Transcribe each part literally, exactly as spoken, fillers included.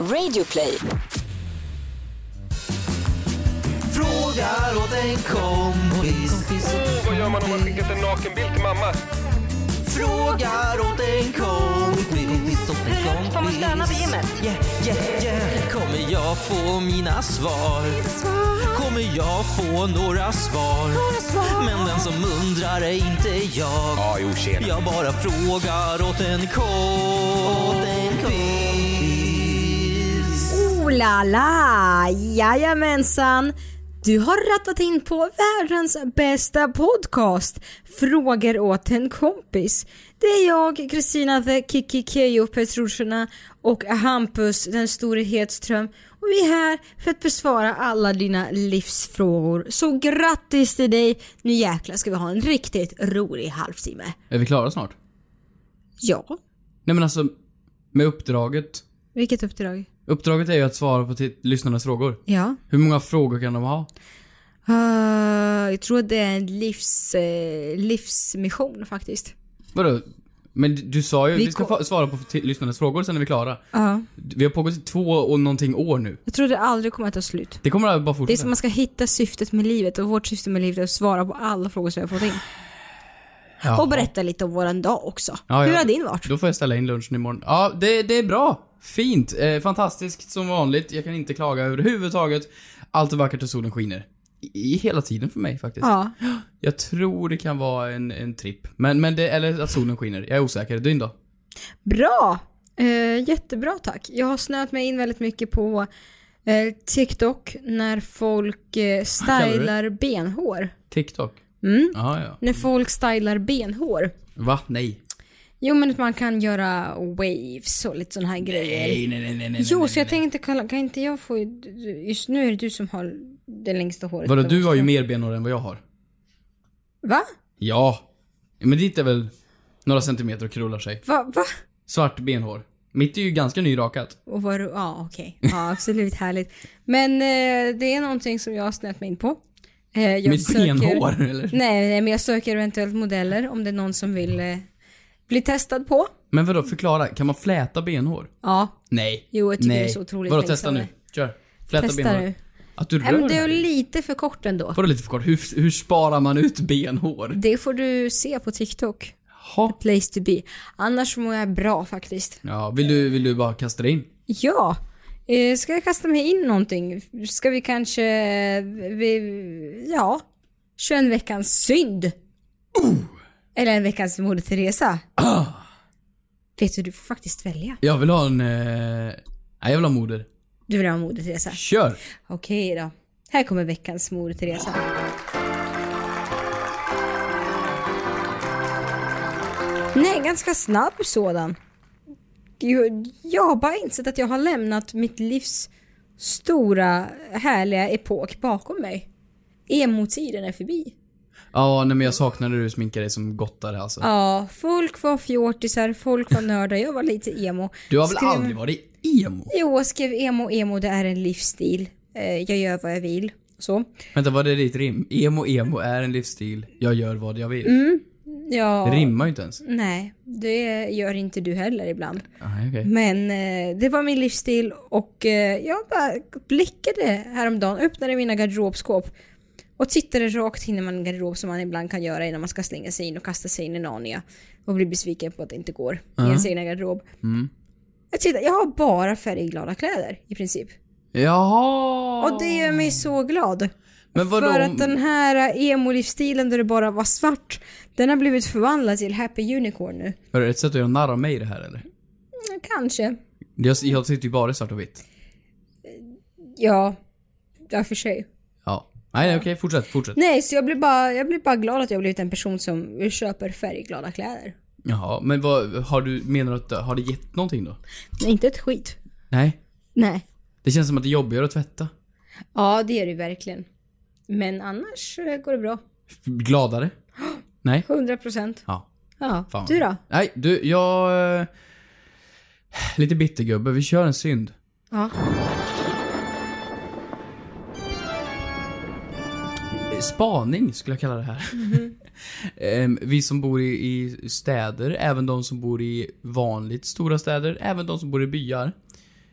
Radioplay. Frågar åt en kompis. Oh, vad gör man om man skickat en nakenbild till mamma? Frågar åt en kompis. Åt en kompis. Får man stanna vid gymmet? Yeah, yeah, yeah. Kommer jag få mina svar? Kommer jag få några svar? Men den som undrar är inte jag. Ja, jo, tjena. Jag bara frågar åt en kompis. Oh la la, jajamensan. Du har rattat in på världens bästa podcast, Frågor åt en kompis. Det är jag, Kristina the Kiki Keyyo Petrushina och Hampus den store Hedström. Och vi är här för att besvara alla dina livsfrågor. Så grattis till dig. Nu jäklar ska vi ha en riktigt rolig halvtimme. Är vi klara snart? Ja. Nej men alltså, med uppdraget. Vilket uppdrag? Uppdraget är ju att svara på till lyssnarnas frågor. Ja. Hur många frågor kan de ha? Uh, jag tror att det är en livs, eh, livsmission faktiskt. Vadå? Men du sa ju, vi, vi ska få svara på till lyssnarnas frågor sen är vi klara. Ja. Vi har pågått i två och någonting år nu. Jag tror det aldrig kommer att ta slut. Det kommer att bara Det är fortsätta. som man ska hitta syftet med livet. Och vårt syfte med livet är att svara på alla frågor som jag har fått in. Jaha. Och berätta lite om våran dag också. Ja, Hur ja. har din varit? Då får jag ställa in lunchen imorgon. Ja, det, det är bra. Fint. Eh, fantastiskt som vanligt. Jag kan inte klaga överhuvudtaget. Allt är vackert och solen skiner. I, i hela tiden för mig faktiskt. Ja. Jag tror det kan vara en, en tripp. Men, men det, eller att solen skiner. Jag är osäker. Din då? Bra. Eh, jättebra, tack. Jag har snöat mig in väldigt mycket på eh, TikTok när folk eh, stylar benhår. TikTok? Mm. Aha, ja. När folk stylar benhår. Va? Nej. Jo, men att man kan göra waves och lite sån här grejer. Nej, nej, nej, nej, nej. Jo, nej, så jag nej. tänkte, kan, kan inte jag få... Just nu är det du som har det längsta håret. Vadå, du har ju mer benhår än vad jag har. Va? Ja. Men ditt är väl några centimeter och krullar sig. Va? Va? Svart benhår. Mitt är ju ganska nyrakat. Och var du... Ja, okej. Okay. Ja, absolut härligt. Men eh, det är någonting som jag har snöat mig in på. Eh, jag Mitt benhår, eller? Nej, nej, men jag söker eventuellt modeller om det är någon som vill eh, bli testad på. Men vadå, förklara. Kan man fläta benhår? Ja. Nej. Jo, jag tycker Nej. det är så otroligt. Vadå, testa nu. Kör. Fläta Testa benhår. nu. Att du rör Men det är här. lite för kort ändå. Vadå lite för kort? Hur, hur sparar man ut benhår? Det får du se på TikTok. Ha. Place to be. Annars mår jag bra faktiskt. Ja, vill du, vill du bara kasta dig in? Ja. Eh, ska jag kasta mig in någonting? Ska vi kanske... Vi, ja. köra en veckans synd. Uh. Eller en veckans Moder Teresa. Ah. Vet du, du får faktiskt välja. Jag vill ha en... Eh... Nej, jag vill ha moder. Du vill ha Moder Teresa? Kör! Okej då. Här kommer veckans Moder Teresa. Nej, ganska snabb sådan. Jag, jag har bara insett att jag har lämnat mitt livs stora, härliga epok bakom mig. Emo-tiden är förbi. Ja, nej, men jag saknade du sminka dig som gottare alltså. Ja, folk var fjortisar, folk var nördar. Jag var lite emo. Du har väl Skrev... aldrig varit emo? Jo, jag skrev emo, emo, det är en livsstil. Eh, jag gör vad jag vill. Så. Vänta, vad är ditt rim? Emo, emo är en livsstil. Jag gör vad jag vill. Mm, ja. Det rimmar ju inte ens. Nej, det gör inte du heller ibland. Ah, okay. Men eh, det var min livsstil och eh, jag bara blickade häromdagen, öppnade mina garderobskåp och tittade rakt in i en garderob som man ibland kan göra innan man ska slänga sig in och kasta sig in i Narnia och bli besviken på att det inte går uh-huh. i ens egna garderob. Mm. Jag tittar, jag har bara färgglada kläder i princip. Jaha! Och det gör mig så glad. Men vadå? För att den här emo-livsstilen där det bara var svart, den har blivit förvandlad till Happy Unicorn nu. Är det ett sätt att göra narr av mig det här eller? Mm, kanske. Jag, jag sitter ju bara i svart och vitt. Ja, ja för sig. Ja. Nej, nej okej, fortsätt, fortsätt. Nej, så jag blir bara, jag blir bara glad att jag har blivit en person som köper färgglada kläder. Jaha, men vad har du, menar att har det gett någonting då? Nej, inte ett skit. Nej. Nej. Det känns som att det är jobbigare att tvätta. Ja, det är det verkligen. Men annars går det bra. Gladare? Nej. hundra procent. Ja. Ja, Fan. du då? Nej, du, jag... Eh, lite bittergubbe, vi kör en synd. Ja. Spaning skulle jag kalla det här. Mm-hmm. Vi som bor i, i städer, även de som bor i vanligt stora städer, även de som bor i byar.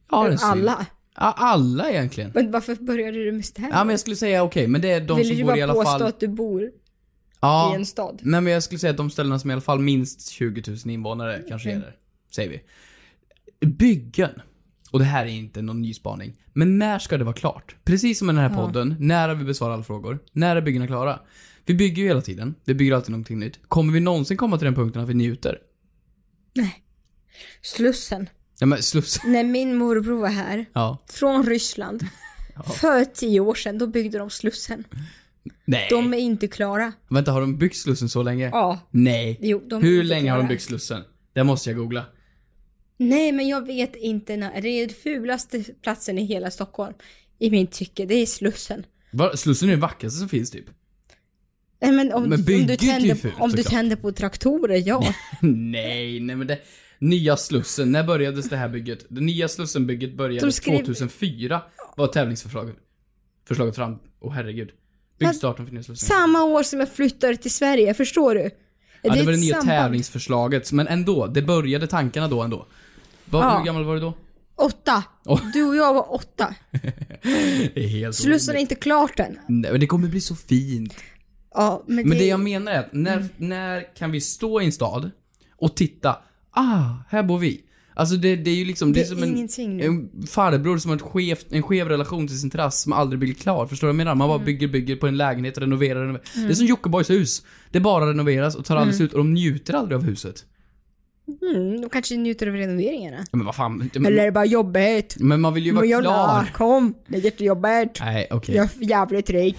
Ja, det är synd. Alla. Ja, alla egentligen. Men varför började du med städer? Ja, men jag skulle säga okej, okay, men det är de Vill som du bor i alla bara fall... påstå att du bor ja, i en stad? Nej, men jag skulle säga att de ställena som i alla fall minst tjugo tusen invånare kanske Mm. är där, säger vi. Byggen. Och det här är inte någon ny spaning. Men när ska det vara klart? Precis som med den här Ja. podden, när har vi besvarat alla frågor? När är byggena klara? Vi bygger ju hela tiden. Vi bygger alltid någonting nytt. Kommer vi någonsin komma till den punkten att vi njuter? Nej. Slussen. Ja, men sluss. När min morbror var här, Ja. från Ryssland, för tio år sedan, då byggde de Slussen. Nej. De är inte klara. Vänta, har de byggt Slussen så länge? Ja. Nej. Jo, de är Hur inte länge har klara. de byggt Slussen? Det måste jag googla. Nej, men jag vet inte när. Det är den fulaste platsen i hela Stockholm. I min tycke, det är Slussen. Va? Slussen är det vackraste som finns typ. Nej, men om, Men om bygget du är ju tänder, fult, om du såklart. tänder på traktorer, ja. nej, nej men det... Nya Slussen, när börjades det här bygget? Det nya Slussenbygget började De skrev- tjugohundrafyra. Var tävlingsförslaget förslaget fram. Åh oh, herregud. Byggstarten för nya Slussen. Samma år som jag flyttade till Sverige, förstår du? Ja, det var det ett nya samband. tävlingsförslaget. Men ändå, det började tankarna då ändå. Var, Ja. Hur gammal var du då? Åtta. Oh. Du och jag var åtta. Det är helt Slussen är orimligt. inte klart än. Nej, men det kommer bli så fint. Ja, men, Men det, det jag menar är att när, Mm. när kan vi stå i en stad och titta, ah, här bor vi. Alltså det, det är ju liksom, det, Det är som är en, ingenting nu. en farbror som har ett skev, en skev relation till sin terrass som aldrig blir klar. Förstår du vad jag menar? Man bara Mm. bygger, bygger på en lägenhet och renoverar, renoverar. Det är som Jockeboys hus. Det bara renoveras och tar Mm. alldeles ut och de njuter aldrig av huset. mm, de kanske njuter av renoveringarna. Ja, men vad fan. Eller är det bara jobbigt? Men man vill ju vara Men jag- klar. Kom, det är jättejobbigt. Nej, okej. Jag är jävligt rik.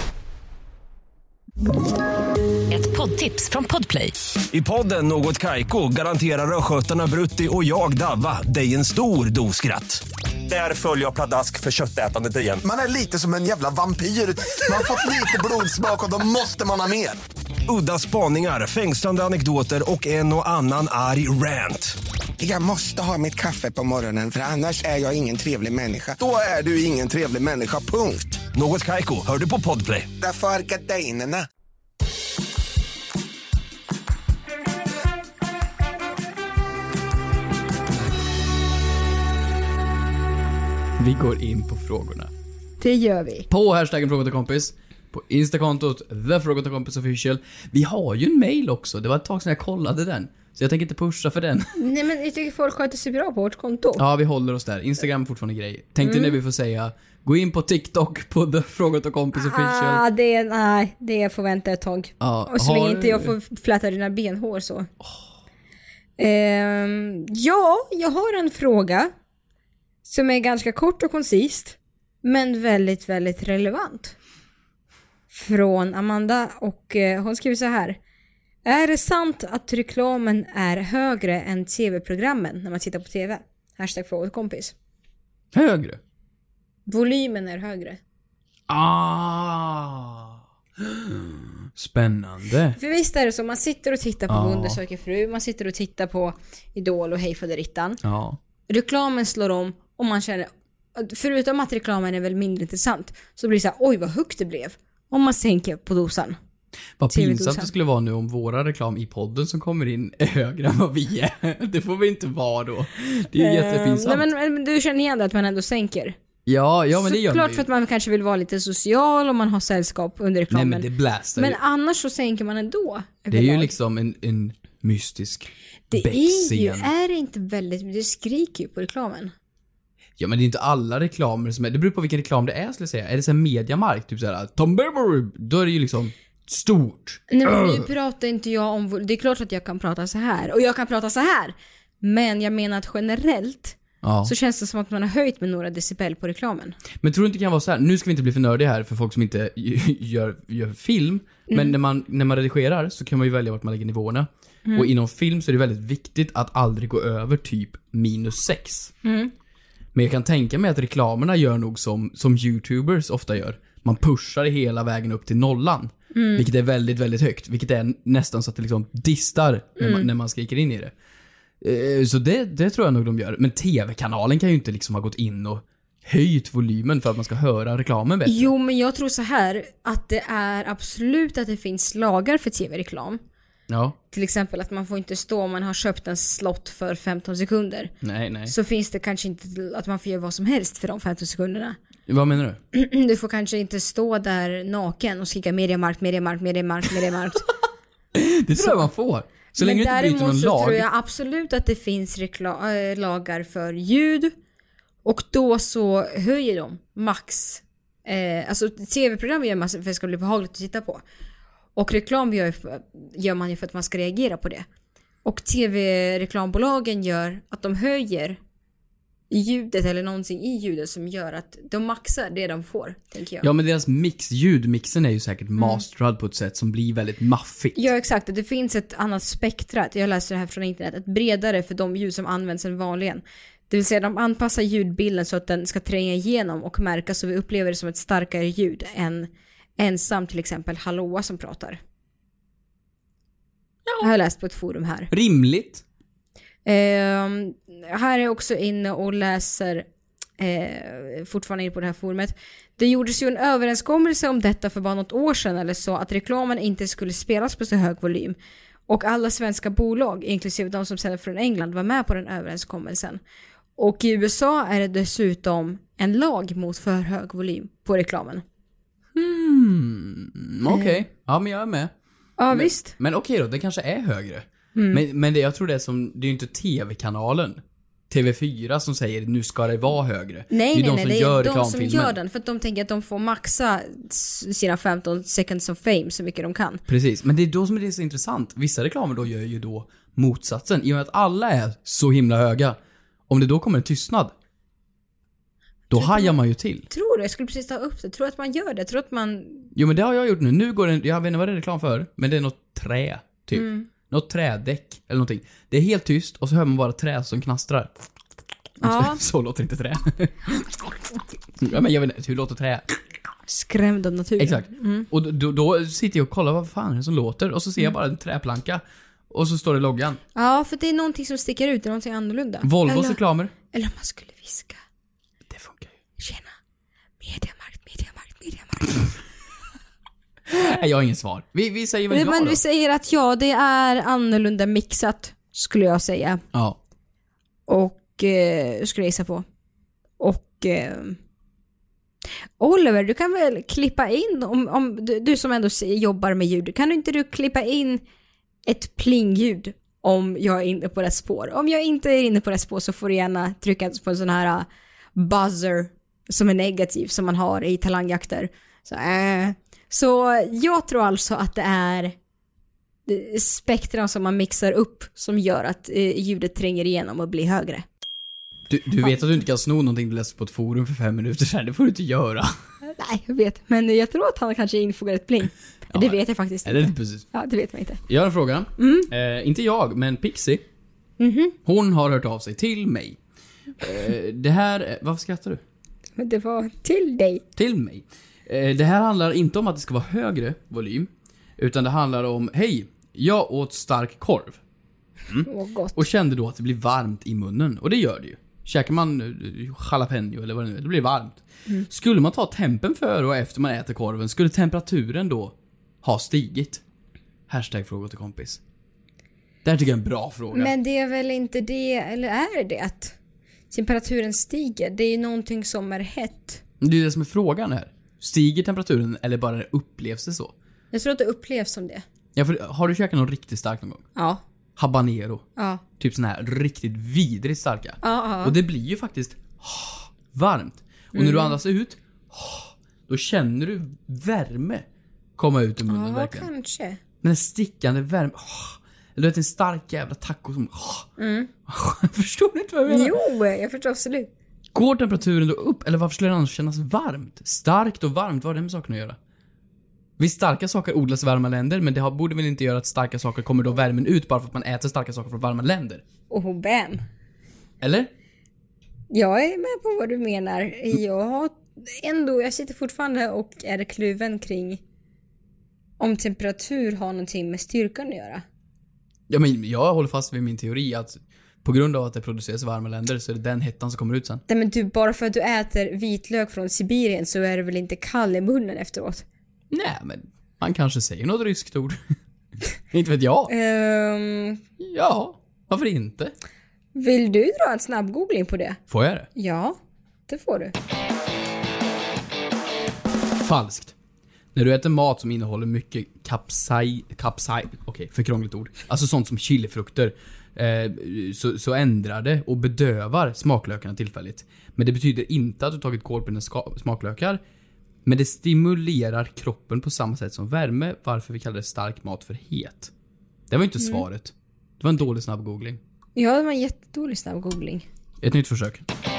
Ett poddtips från Podplay. I podden Något Kaiko garanterar östgötarna Brutti och jag Davva dig en stor dos skratt. Där följer jag pladask för köttätandet igen. Man är lite som en jävla vampyr. Man har fått lite blodsmak och då måste man ha mer. Udda spaningar, fängslande anekdoter och en och annan arg rant. Jag måste ha mitt kaffe på morgonen för annars är jag ingen trevlig människa. Då är du ingen trevlig människa, punkt. Något Kaiko, hör du på Podplay. Därför är gardinerna. Vi går in på frågorna. Det gör vi. På hashtaggen Fråga till kompis. På Instakontot The Fråga till kompis official. Vi har ju en mail också. Det var ett tag sedan jag kollade den. Så jag tänker inte pusha för den. Nej, men jag tycker folk sköter sig bra på vårt konto. Ja, vi håller oss där. Instagram är fortfarande grej. Tänkte när vi får säga, gå in på TikTok på The Fråga till kompis official. Ah, det är, nej, det får vänta ett tag. Ja, och så länge har- inte jag får fläta dina benhår så. Ehm, ja, jag har en fråga som är ganska kort och koncist, men väldigt, väldigt relevant. Från Amanda, och eh, hon skriver så här. Är det sant att reklamen är högre än tv-programmen när man tittar på tv? Hashtag fråga till kompis. Högre. Volymen är högre. Ah. Spännande. För visst är det så, man sitter och tittar på Ja. Bonde söker fru, man sitter och tittar på Idol och Hej faderittan. Ja. Reklamen slår om och man känner, förutom att reklamen är väl mindre intressant, så blir det så här, oj vad högt det blev. Om man sänker på dosan. Vad pinsamt T V-dosan. det skulle vara nu om våra reklam i podden som kommer in är högre än vad vi är. Det får vi inte vara då. Det är ju jättepinsamt. Nej, men, men du känner igen det att man ändå sänker. Ja, ja men det gör man Såklart ju. för att man kanske vill vara lite social och man har sällskap under Nej reklamen. men det blastar Men ju. annars så sänker man ändå. Det är ju överlag. liksom en, en mystisk Det är ju, beckscen. är det inte väldigt, det skriker ju på reklamen. Ja men det är inte alla reklamer som är, det beror på vilken reklam det är skulle jag säga. Är det så här Mediamarkt, typ såhär Tom Berry, då är det ju liksom stort. Nej, men nu pratar inte jag om, det är klart att jag kan prata så här och jag kan prata så här. Men jag menar att generellt Ja. så känns det som att man har höjt med några decibel på reklamen. Men tror du inte det kan vara så här? Nu ska vi inte bli för nördiga här för folk som inte gör, gör film. Mm. Men när man, när man redigerar så kan man ju välja vart man lägger nivåerna. Mm. Och inom film så är det väldigt viktigt att aldrig gå över typ minus sex. Mm. Men jag kan tänka mig att reklamerna gör nog som, som YouTubers ofta gör. Man pushar hela vägen upp till nollan. Mm. Vilket är väldigt, väldigt högt. Vilket är nästan så att det liksom distar när, Mm. man, när man skriker in i det. Eh, Så det, det tror jag nog de gör. Men tv-kanalen kan ju inte liksom ha gått in och höjt volymen för att man ska höra reklamen bättre. Jo, men jag tror så här att det är absolut att det finns lagar för tv-reklam. Ja. Till exempel att man får inte stå om man har köpt en slott för femton sekunder. Nej, nej. Så finns det kanske inte att man får göra vad som helst för de femton sekunderna. Vad menar du? Du får kanske inte stå där naken och skrika mediamarkt, mediamarkt, mediamarkt, mediamarkt. Det tror jag man får. Så länge du inte bryter någon så lag. tror jag absolut att det finns rekla- äh, lagar för ljud. Och då så höjer de max. Eh, alltså tv-program gör man för att det ska bli behagligt att titta på. Och reklam gör, gör man ju för att man ska reagera på det. Och tv-reklambolagen gör att de höjer ljudet eller någonting i ljudet som gör att de maxar det de får, tänker jag. Ja, men deras mix, ljudmixen är ju säkert mm. masterad på ett sätt som blir väldigt maffigt. Ja, exakt. Det finns ett annat spektrat. Jag läser det här från internet. Ett bredare för de ljud som används än vanligen. Det vill säga de anpassar ljudbilden så att den ska tränga igenom och märkas så vi upplever det som ett starkare ljud än ensam till exempel hallåa som pratar. Ja. Jag har läst på ett forum här. Rimligt. Eh, här är jag också inne och läser eh, fortfarande inne på det här forumet. Det gjordes ju en överenskommelse om detta för bara något år sedan eller så, att reklamen inte skulle spelas på så hög volym. Och alla svenska bolag, inklusive de som sänder från England, var med på den överenskommelsen. Och i U S A är det dessutom en lag mot för hög volym på reklamen. Hmm, okej. Okay. Ja, men jag är med. Ja, men, visst. Men okej okay då, det kanske är högre. Mm. Men, men det, jag tror det är som, det är ju inte tv-kanalen T V fyra som säger nu ska det vara högre. Nej, det är nej, de nej, som det är gör de som gör den. För att de tänker att de får maxa sina femton seconds of fame så mycket de kan. Precis, men det är då som det är så intressant. Vissa reklamer då gör ju då motsatsen. I och med att alla är så himla höga. Om det då kommer en tystnad, då hajar man ju till. Tror du? Jag skulle precis ta upp det. Tror att man gör det? Tror att man... Jo, men det har jag gjort nu. Nu går det, jag vet inte vad det är reklam för, men det är något trä, typ. Mm. Något trädäck eller någonting. Det är helt tyst och så hör man bara trä som knastrar. Ja. Så låter inte trä. Ja, men jag vet inte, hur låter trä? Skrämd av naturen. Exakt. Mm. Och då, då sitter jag och kollar vad fan är det som låter. Och så ser jag bara en träplanka. Och så står det loggan. Ja, för det är någonting som sticker ut. Det är någonting annorlunda. Volvos reklamer. Eller om man skulle viska. Det funkar ju. Tjena. Mediamarkt, mediamarkt, mediamarkt. Nej, jag har ingen svar. Vi, vi säger väl ja Men då. vi säger att ja, det är annorlunda mixat, skulle jag säga. Ja. Och eh, skulle jag gissa på. Och eh, Oliver, du kan väl klippa in om, om du, du som ändå jobbar med ljud, kan du inte du klippa in ett plingljud om jag är inne på rätt spår? Om jag inte är inne på rätt spår så får du gärna trycka på en sån här buzzer som är negativ som man har i talangjakter. Så, äh. så jag tror alltså att det är spektran som man mixar upp som gör att eh, ljudet tränger igenom och blir högre. Du, du vet att du inte kan sno någonting du läste på ett forum för fem minuter sedan. Det får du inte göra. Nej, jag vet. Men jag tror att han kanske infogar ett pling. Ja, det vet jag faktiskt inte. Det precis. Ja, det vet man inte. Jag har en fråga. Mm. Eh, inte jag, men Pixie. Mm-hmm. Hon har hört av sig till mig. Eh, det här... Varför skrattar du? Det var till dig. Till mig. Eh, det här handlar inte om att det ska vara högre volym. Utan det handlar om, hej, jag åt stark korv. Mm. Åh, gott. Och kände då att det blir varmt i munnen. Och det gör det ju. Käkar man jalapeno eller vad det nu är, det blir varmt. Mm. Skulle man ta tempen före och efter man äter korven, skulle temperaturen då ha stigit? Hashtag fråga till kompis. Det här tycker jag är en bra fråga. Men det är väl inte det, eller är det att temperaturen stiger? Det är ju någonting som är hett. Det är det som är frågan här. Stiger temperaturen eller bara upplevs det så? Jag tror att det upplevs som det. Ja, för har du käkat någon riktigt stark någon gång? Ja. Habanero. Ja. Typ sån här riktigt vidrigt starka. Ja, ja. Och det blir ju faktiskt oh, varmt. Och mm. när du andas ut, oh, då känner du värme komma ut ur munnen. Ja, verkligen. kanske. Den stickande värme. Oh, eller du vet en stark jävla taco som... Oh. Mm. Förstår du inte vad jag menar? Jo, jag förstår absolut. Går temperaturen då upp? Eller varför skulle det annars kännas varmt? Starkt och varmt, vad har det med saken att göra? Visst, starka saker odlas i varma länder, men det har, borde väl inte göra att starka saker kommer då värmen ut bara för att man äter starka saker från varma länder? Oh, bam. Eller? Jag är med på vad du menar. Jag har ändå, jag sitter fortfarande och är kluven kring om temperatur har någonting med styrkan att göra. Ja, men jag håller fast vid min teori att på grund av att det produceras i varma länder så är det den hettan som kommer ut sen. Nej, men du, bara för att du äter vitlök från Sibirien så är det väl inte kall i munnen efteråt? Nej, men man kanske säger något ryskt ord. Inte vet jag. Ehm, Ja, varför inte? vill du dra en snabb googling på det? Får jag det? Ja, det får du. Falskt. När du äter mat som innehåller mycket kapsaj... Kapsaj... Okej, okay, för krångligt ord. Alltså sånt som chilifrukter. Eh, så, så ändrar det och bedövar smaklökarna tillfälligt. Men det betyder inte att du tagit kål på dina ska- smaklökar. Men det stimulerar kroppen på samma sätt som värme. Varför vi kallar det stark mat för het. Det var inte mm. svaret. Det var en dålig snabb googling. Ja, det var en jättedålig snabb googling. Ett nytt försök.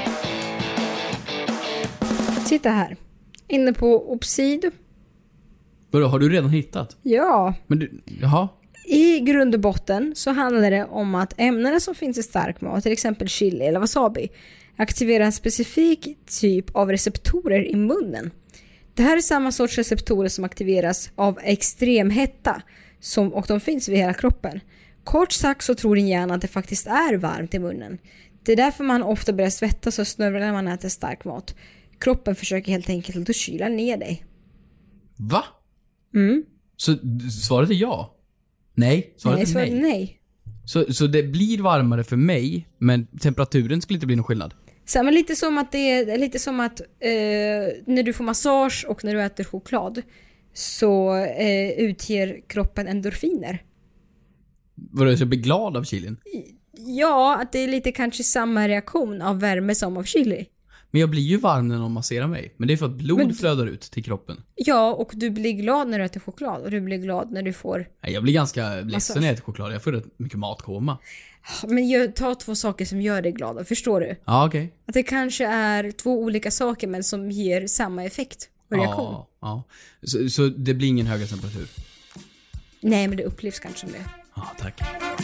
Titta här. Inne på Obsido. Vadå, har du redan hittat? Ja. Men du, jaha. I grund och botten så handlar det om att ämnena som finns i stark mat, till exempel chili eller wasabi, aktiverar en specifik typ av receptorer i munnen. Det här är samma sorts receptorer som aktiveras av extrem hetta som, och de finns vid hela kroppen. Kort sagt så tror din hjärna att det faktiskt är varmt i munnen. Det är därför man ofta börjar svettas och snörvla när man äter stark mat. Kroppen försöker helt enkelt att kyla ner dig. Va? Mm. Så svaret är ja? Nej, svaret nej, är svaret nej. nej. Så, så det blir varmare för mig, men temperaturen skulle inte bli någon skillnad? Så, men lite som att det är lite som att eh, när du får massage och när du äter choklad så eh, utger kroppen endorfiner. Vadå, så jag blir glad av chilin? Ja, att det är lite kanske samma reaktion av värme som av chili. Men jag blir ju varm när någon masserar mig. Men det är för att blod men, flödar ut till kroppen. Ja, och du blir glad när du äter choklad. Och du blir glad när du får... Nej, jag blir ganska ledsen när jag äter choklad. Jag får rätt mycket matkoma. Men jag tar två saker som gör dig glad. Förstår du? Ja, okej. Okay. Att det kanske är två olika saker men som ger samma effekt och reaktion. Ja, ja. Så, så det blir ingen högre temperatur? Nej, men det upplevs kanske som det. Ja, tack.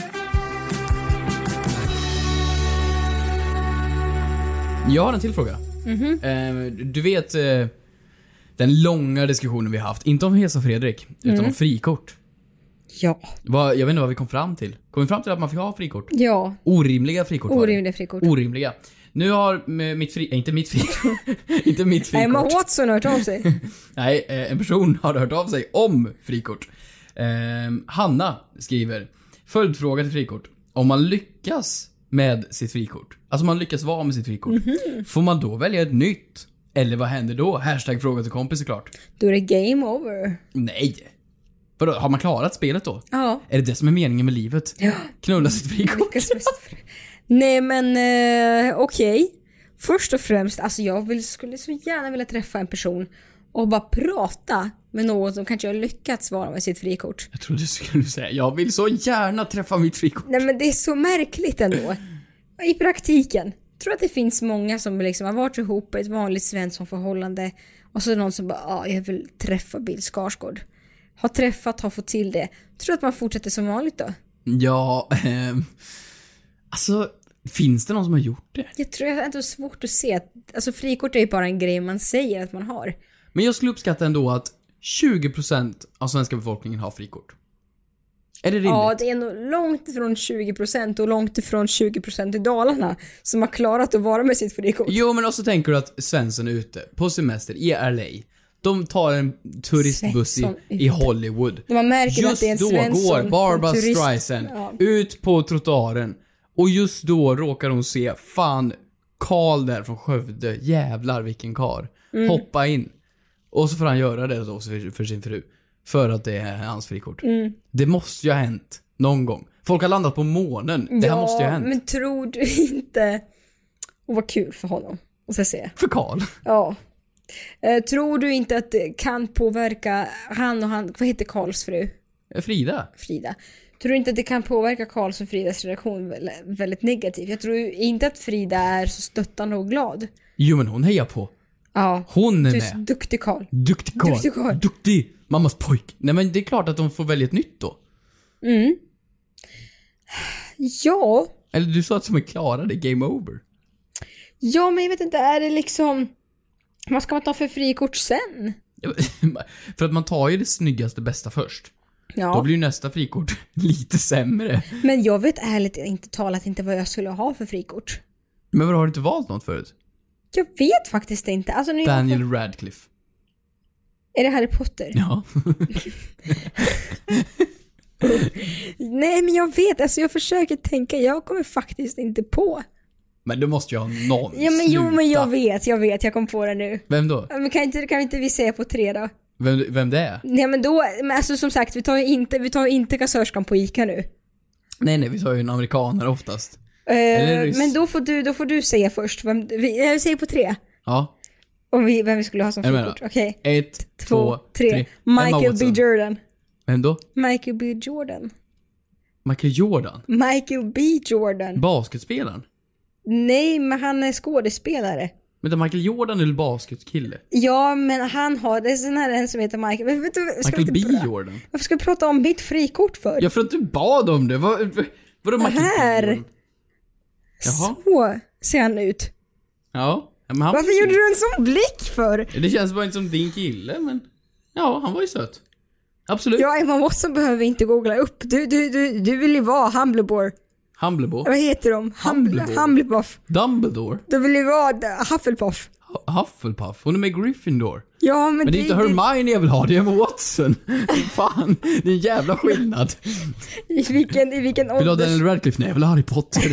Jag har en till fråga. Mm-hmm. Eh, du vet eh, den långa diskussionen vi har haft, inte om Hesa Fredrik, utan mm. om frikort. Ja. Vad, jag vet inte vad vi kom fram till. Kom vi fram till att man fick ha frikort? Ja. Orimliga frikort. Orimliga frikort. Orimliga. Nu har mitt fri... Äh, inte mitt frikort. inte mitt frikort. Emma Watson har hört av sig. Nej, en person har hört av sig om frikort. Eh, Hanna skriver: följdfråga till frikort. Om man lyckas med sitt frikort, alltså man lyckas vara med sitt frikort, mm-hmm. får man då välja ett nytt? Eller vad händer då? Hashtag fråga till kompis såklart. Då är det game over. Nej. Vadå, har man klarat spelet då? Ja. Är det det som är meningen med livet? Ja. Knulla sitt frikort? Nej men eh, okej. Okay. Först och främst, alltså jag vill, skulle så gärna vilja träffa en person och bara prata med någon som kanske har lyckats vara med sitt frikort. Jag trodde du skulle säga, jag vill så gärna träffa mitt frikort. Nej men det är så märkligt ändå. I praktiken. Jag tror att det finns många som liksom har varit ihop ett vanligt svensson förhållande och så är det någon som bara, ja, jag vill träffa Bill Skarsgård. Har träffat, har fått till det. Tror att man fortsätter som vanligt då? Ja, eh, alltså finns det någon som har gjort det? Jag tror att det är svårt att se. Alltså frikort är ju bara en grej man säger att man har. Men jag skulle uppskatta ändå att tjugo procent av svenska befolkningen har frikort. Är det rimligt? Ja, det är nog långt ifrån tjugo procent och långt ifrån tjugo procent i Dalarna som har klarat att vara med sitt frikort. Jo, men också tänker du att Svensson är ute på semester i L A. De tar en turistbuss i, i Hollywood. Man märker just att det är en då Svensson går Barbara turist. Streisand ja. ut på trottoaren. Och just då råkar hon se, fan, Karl där från Skövde. Jävlar vilken kar. Mm. Hoppa in. Och så får han göra det då för sin fru. För att det är hans frikort. Mm. Det måste ju ha hänt någon gång. Folk har landat på månen. Det ja, här måste ju ha hänt. Men tror du inte... Och vad kul för honom. Och så se. För Karl. Ja. Eh, tror du inte att det kan påverka han och han... Vad heter Karls fru? Frida. Frida. Tror du inte att det kan påverka Karls och Fridas relation väldigt negativt? Jag tror inte att Frida är så stöttande och glad. Jo, men hon hejar på. Ja. Hon är du med. Duktig Karl. Duktig Karl. Duktig Karl. Duktig. Mammas pojk. Nej, men det är klart att de får välja ett nytt då. Mm. Ja. Eller du sa att de är klara, det är game over. Ja, men jag vet inte, är det liksom... Vad ska man ta för frikort sen? För att man tar ju det snyggaste bästa först. Ja. Då blir ju nästa frikort lite sämre. Men jag vet ärligt inte talat inte vad jag skulle ha för frikort. Men vad har du inte valt något förut? Jag vet faktiskt inte. Alltså, nu Daniel får... Radcliffe. Är det Harry Potter? Ja. Nej, men jag vet, alltså jag försöker tänka, jag kommer faktiskt inte på. Men du måste ju ha någon. Ja, men jo, men jag vet, jag vet, jag kom på det nu. Vem då? Men kan inte, kan inte vi säga på tre då? Vem, vem det är? Nej, men då, men alltså som sagt, vi tar ju inte, vi tar ju inte kassörskan på Ica nu. Nej, nej, vi tar ju en amerikaner oftast. Uh, Eller men då får du, då får du säga först. Vem, vi, jag säger på tre. Ja. Om vi, vem vi skulle ha som Jag frikort. Okej. Okay. Ett, två, tre. tre. Michael B. Jordan. Vem då? Michael B. Jordan. Michael Jordan? Michael B. Jordan. Basketspelaren? Nej, men han är skådespelare. Men det är Michael Jordan eller basketkille? Ja, men han har, det är sån här en som heter Michael. Men vet du, ska Michael B. Bra? Jordan? Varför ska vi prata om mitt frikort för? Ja, för att du bad om det. Vad, vadå Michael här. B. Jordan? Jaha. Så ser han ut. Ja. Men han Varför gjorde du en sån blick för? Det känns bara inte som din kille, men... Ja, han var ju söt. Absolut. Ja, Emma Watson behöver vi inte googla upp. Du, du, du, du vill ju vara Humbledore. Humbledore? Vad heter de? Humbledore. Humblepuff. Dumbledore? Du vill ju vara Hufflepuff. Hufflepuff? Hon är med Gryffindor. Ja, men, men det, det är inte Hermione jag vill ha, det är Emma Watson. Fan, det är en jävla skillnad. I vilken, i vilken ålder? Vill du ha Daniel Radcliffe? Nej, jag vill ha Harry Potter.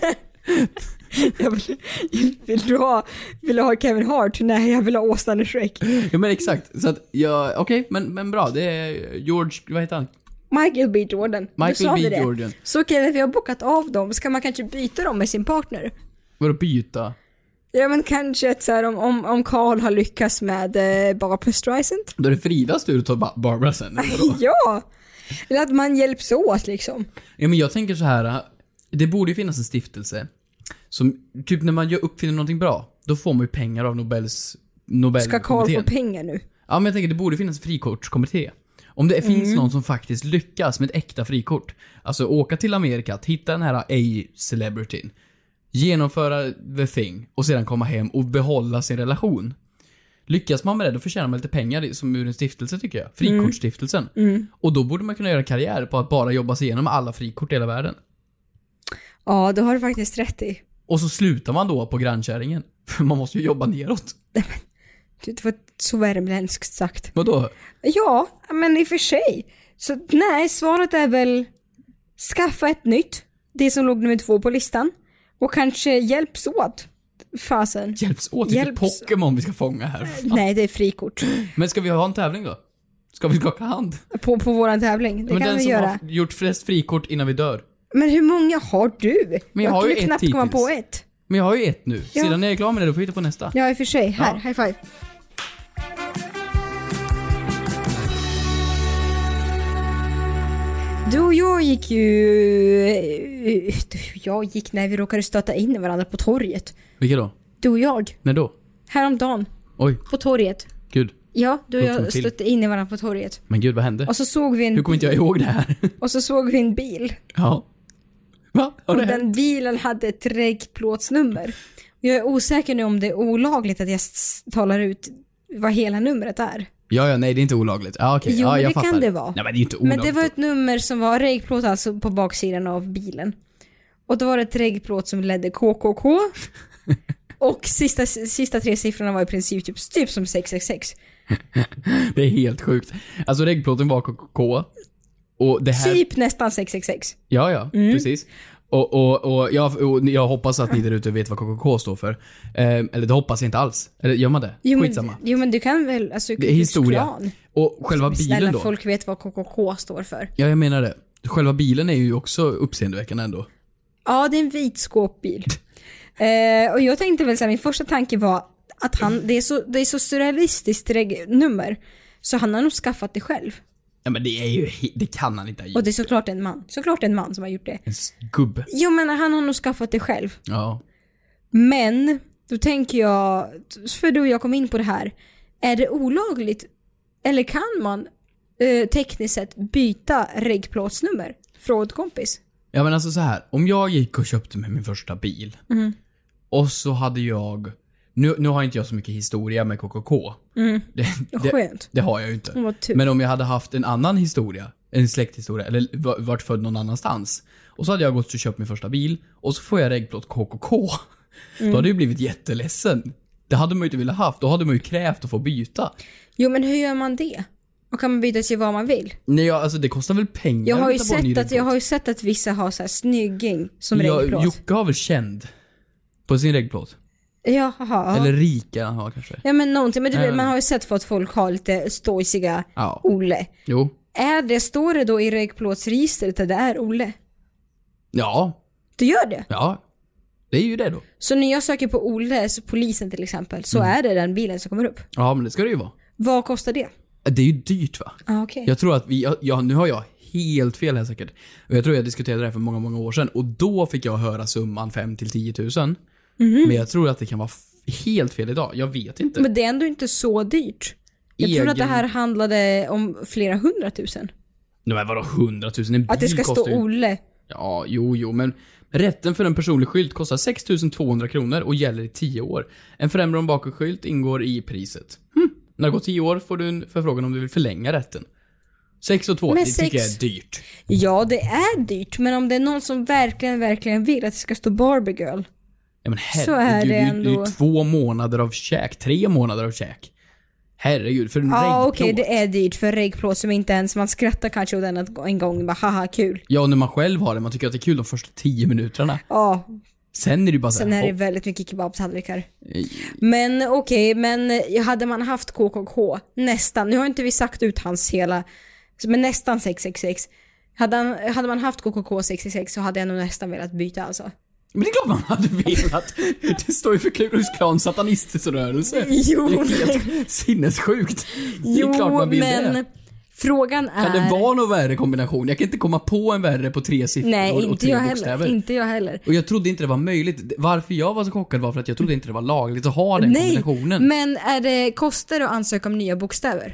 jag vill, vill, du ha, vill du ha Kevin Hart? Nej, jag vill ha Austin Shrek. Ja, men exakt. Så att, ja, okej, okay, men, men bra. Det är George, vad heter han? Michael B. Jordan. Michael B. Jordan. Så okej, okay, vi har bokat av dem. Ska man kanske byta dem med sin partner? Vadå byta? Ja, men kanske att så här, om, om, om Carl har lyckats med eh, Barbra Streisand. Då är det Fridas tur att ta ba- Barbara sen. Ja, eller att man hjälps åt liksom. Ja, men jag tänker så här. Det borde ju finnas en stiftelse som, typ när man gör uppfinner någonting bra, då får man ju pengar av Nobels Nobelkommittén. Ska Carl få pengar nu? Ja, men jag tänker det borde finnas en frikortskommitté. Om det finns mm. någon som faktiskt lyckas med ett äkta frikort. Alltså åka till Amerika, att hitta den här A-celebrityn, genomföra the thing och sedan komma hem och behålla sin relation. Lyckas man med det, då förtjänar man lite pengar som ur en stiftelse, tycker jag. Frikortsstiftelsen. Mm. Mm. Och då borde man kunna göra karriär på att bara jobba sig igenom alla frikort i hela världen. Ja, det har du faktiskt rätt i. Och så slutar man då på grannkärringen. För man måste ju jobba neråt. Det var så värmländskt sagt. Vadå? Ja, men i och för sig. Så nej, svaret är väl skaffa ett nytt. Det som låg nummer två på listan. Och kanske hjälps åt. Fasen. Hjälps åt? Hjälps... Vilket Pokémon vi ska fånga här? Fan. Nej, det är frikort. Men ska vi ha en tävling då? Ska vi skaka hand? På, på våran tävling? Det men kan vi göra. Den som har gjort flest frikort innan vi dör. Men hur många har du? Men jag, jag har ju ett knappt hittills. komma på ett. Men jag har ju ett nu. Ja. Sedan när jag är klar med det, då får vi hitta på nästa. Ja, i och för sig. Här, ja. High five. Du och jag gick ju... Jag gick när vi råkade stöta in i varandra på torget. Vilka då? Du och jag. När då? Häromdagen. Oj. På torget. Gud. Ja, du och jag stötte in i varandra på torget. Men gud, vad hände? Och så såg vi en... Hur kommer inte jag ihåg det här? Och så såg vi en bil. Ja. Va? Och den bilen hade ett regplåtsnummer. Jag är osäker nu om det är olagligt att jag talar ut vad hela numret är. Ja, ja, nej, det är inte olagligt. Ja, okej. Jo, ja, jag det fattar. kan det vara. Nej, men det är inte olagligt. Men det var ett nummer som var regplåt alltså på baksidan av bilen. Och då var det ett regplåt som ledde K K K. Och sista, sista tre siffrorna var i princip typ, typ som sex sex sex. Det är helt sjukt. Alltså regplåten var K K K. Och det här... Typ nästan sex sex sex. Ja, ja, mm. precis. Och, och, och, jag, och jag hoppas att ni där ute vet vad K K K står för. Eh, eller det hoppas jag inte alls. Eller gör man det? Jo, Skitsamma. Men, jo, men du kan väl... Alltså, det är historia. Klan. Och själva bilen snälla, då? folk vet vad K K K står för. Ja, jag menar det. Själva bilen är ju också uppseendeväckande ändå. Ja, det är en vit skåpbil. eh, och jag tänkte väl så här, min första tanke var att han, det är så, det är så surrealistiskt nummer. Så han har nog skaffat det själv. Ja, men det är ju, det kan han inte ha gjort. Och det är såklart en man. Såklart en man som har gjort det. En gubbe. Jo, men han har nog skaffat det själv. Ja. Men, då tänker jag, för du och jag kom in på det här. Är det olagligt? Eller kan man eh, tekniskt sett byta regplåtsnummer? Fråga kompis. Ja, men alltså så här. Om jag gick och köpte med min första bil. Mm. Och så hade jag... Nu, nu har inte jag så mycket historia med K K K. Mm. Det, det, Skönt. det har jag ju inte. Men om jag hade haft en annan historia, en släkthistoria, eller varit född någon annanstans, och så hade jag gått och köpt min första bil, och så får jag regplåt K K K. Mm. Då hade jag blivit jätteledsen. Det hade man ju inte velat haft. Då hade man ju krävt att få byta. Jo, men hur gör man det? Och kan man byta till vad man vill? Nej, ja, alltså det kostar väl pengar. Jag har ju, att ta på en ny sett att, reggplåt. jag har ju sett att vissa har så här snygging som ja, reggplåt. Jocke har väl känd på sin reggplåt. Jaha. Ja. Eller Rika har kanske. Ja, men någonting. Men du, Mm. man har ju sett för att folk har lite stojsiga Ja. Olle. Jo. Är det, står det då i reggplåtsregistret att det är Olle? Ja. Du gör det? Ja. Det är ju det då. Så när jag söker på Olle, så polisen till exempel, så Mm. är det den bilen som kommer upp. Ja, men det ska det ju vara. Vad kostar det? Det är ju dyrt, va? Ah, okej. Jag tror att vi, ja, ja, nu har jag helt fel här säkert. Och jag tror jag diskuterade det här för många, många år sedan. Och då fick jag höra summan fem till tio tusen. Mhm. Men jag tror att det kan vara f- helt fel idag. Jag vet inte. Men det är ändå inte så dyrt. Jag Egen... tror att det här handlade om flera hundratusen. Nej, men vadå hundratusen? En bil Att det ska kostar stå ju... Olle. Ja, jo, jo, men rätten för en personlig skylt kostar sex tusen tvåhundra kronor och gäller i tio år. En främre och bakskylt ingår i priset. Hm. När det går tio år får du en förfrågan om du vill förlänga rätten. sex och två, Men det sex- tycker jag är dyrt. Ja, det är dyrt. Men om det är någon som verkligen, verkligen vill att det ska stå Barbie Girl. Ja, men Så är herregud, det det är ändå. ju två månader av käk, tre månader av käk. Herregud, för en Ja, reggplåt. okej, det är dyrt för reggplåt som inte ens, man skrattar kanske åt den en gång, bara haha, kul. Ja, när man själv har det, man tycker att det är kul de första tio minuterna. Ja, Sen är det ju bara så sen här, är det hopp. väldigt mycket kebabtallrikar. Men okej, men hade man haft K K K, nästan, nu har inte vi sagt ut hans hela, men nästan sex sex sex. Hade, han, hade man haft K K K sex sex sex så hade jag nog nästan velat byta alltså. Men det är klart man hade velat. Det står ju för Ku Klux Klan satanistisk rörelse. Jo, Det är helt sinnessjukt. Det är Jo, klart man vill men det. frågan är... Kan det vara någon värre kombination? Jag kan inte komma på en värre på tre siffror Nej, och, och inte tre jag bokstäver. heller. Inte jag heller. Och jag trodde inte det var möjligt. Varför jag var så chockad var för att jag trodde inte det var lagligt att ha den Nej, kombinationen. men är det, kostar det att ansöka om nya bokstäver?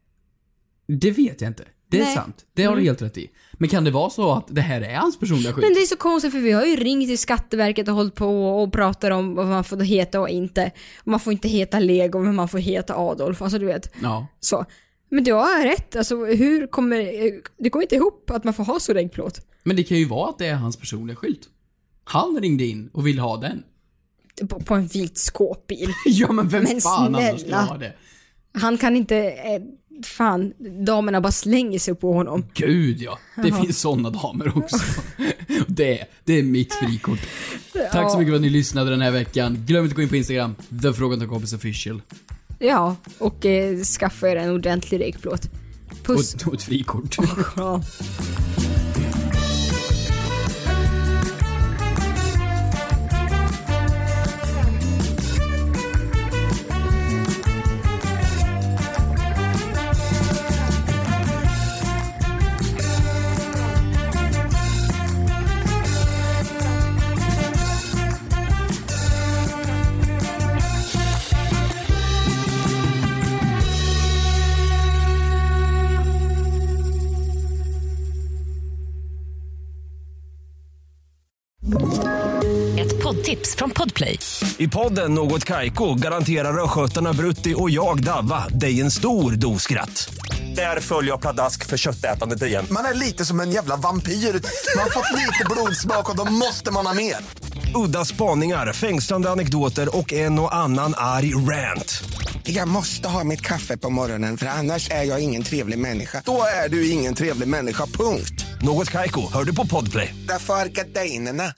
Det vet jag inte. Det är Nej. sant. Det har du helt rätt i. Men kan det vara så att det här är hans personliga skylt? Men det är så konstigt för vi har ju ringt till Skatteverket och hållit på och pratar om vad man får heta och inte. Man får inte heta Lego, men man får heta Adolf. Alltså du vet. Ja. Så. Men du har rätt. Alltså hur kommer... Det går inte ihop att man får ha så reggplåt. Men det kan ju vara att det är hans personliga skylt. Han ringde in och ville ha den. På, på en vit skåpbil. Ja, men vem Men fan annars skulle snälla. ha det? Han kan inte... Eh, fan, damerna bara slänger sig på honom. Gud ja, det finns såna damer också. det, det är mitt frikort. Tack så mycket för att ni lyssnade den här veckan. Glöm inte att gå in på Instagram, The Frågan till Kompis Official. Ja, och eh, skaffa er en ordentlig reggplåt. Puss. Och, och ett frikort. Ja. Ett poddtips från Podplay. I podden Något Kaiko garanterar röskötarna Brutti och jag Davva dig en stor dos skratt. Där följer jag pladask för köttätandet igen. Man är lite som en jävla vampyr. Man har fått lite blodsmak och då måste man ha mer. Udda spaningar, fängslande anekdoter och en och annan arg rant. Jag måste ha mitt kaffe på morgonen för annars är jag ingen trevlig människa. Då är du ingen trevlig människa, punkt. Något Kaiko, hör du på Podplay. Därför är gardinerna.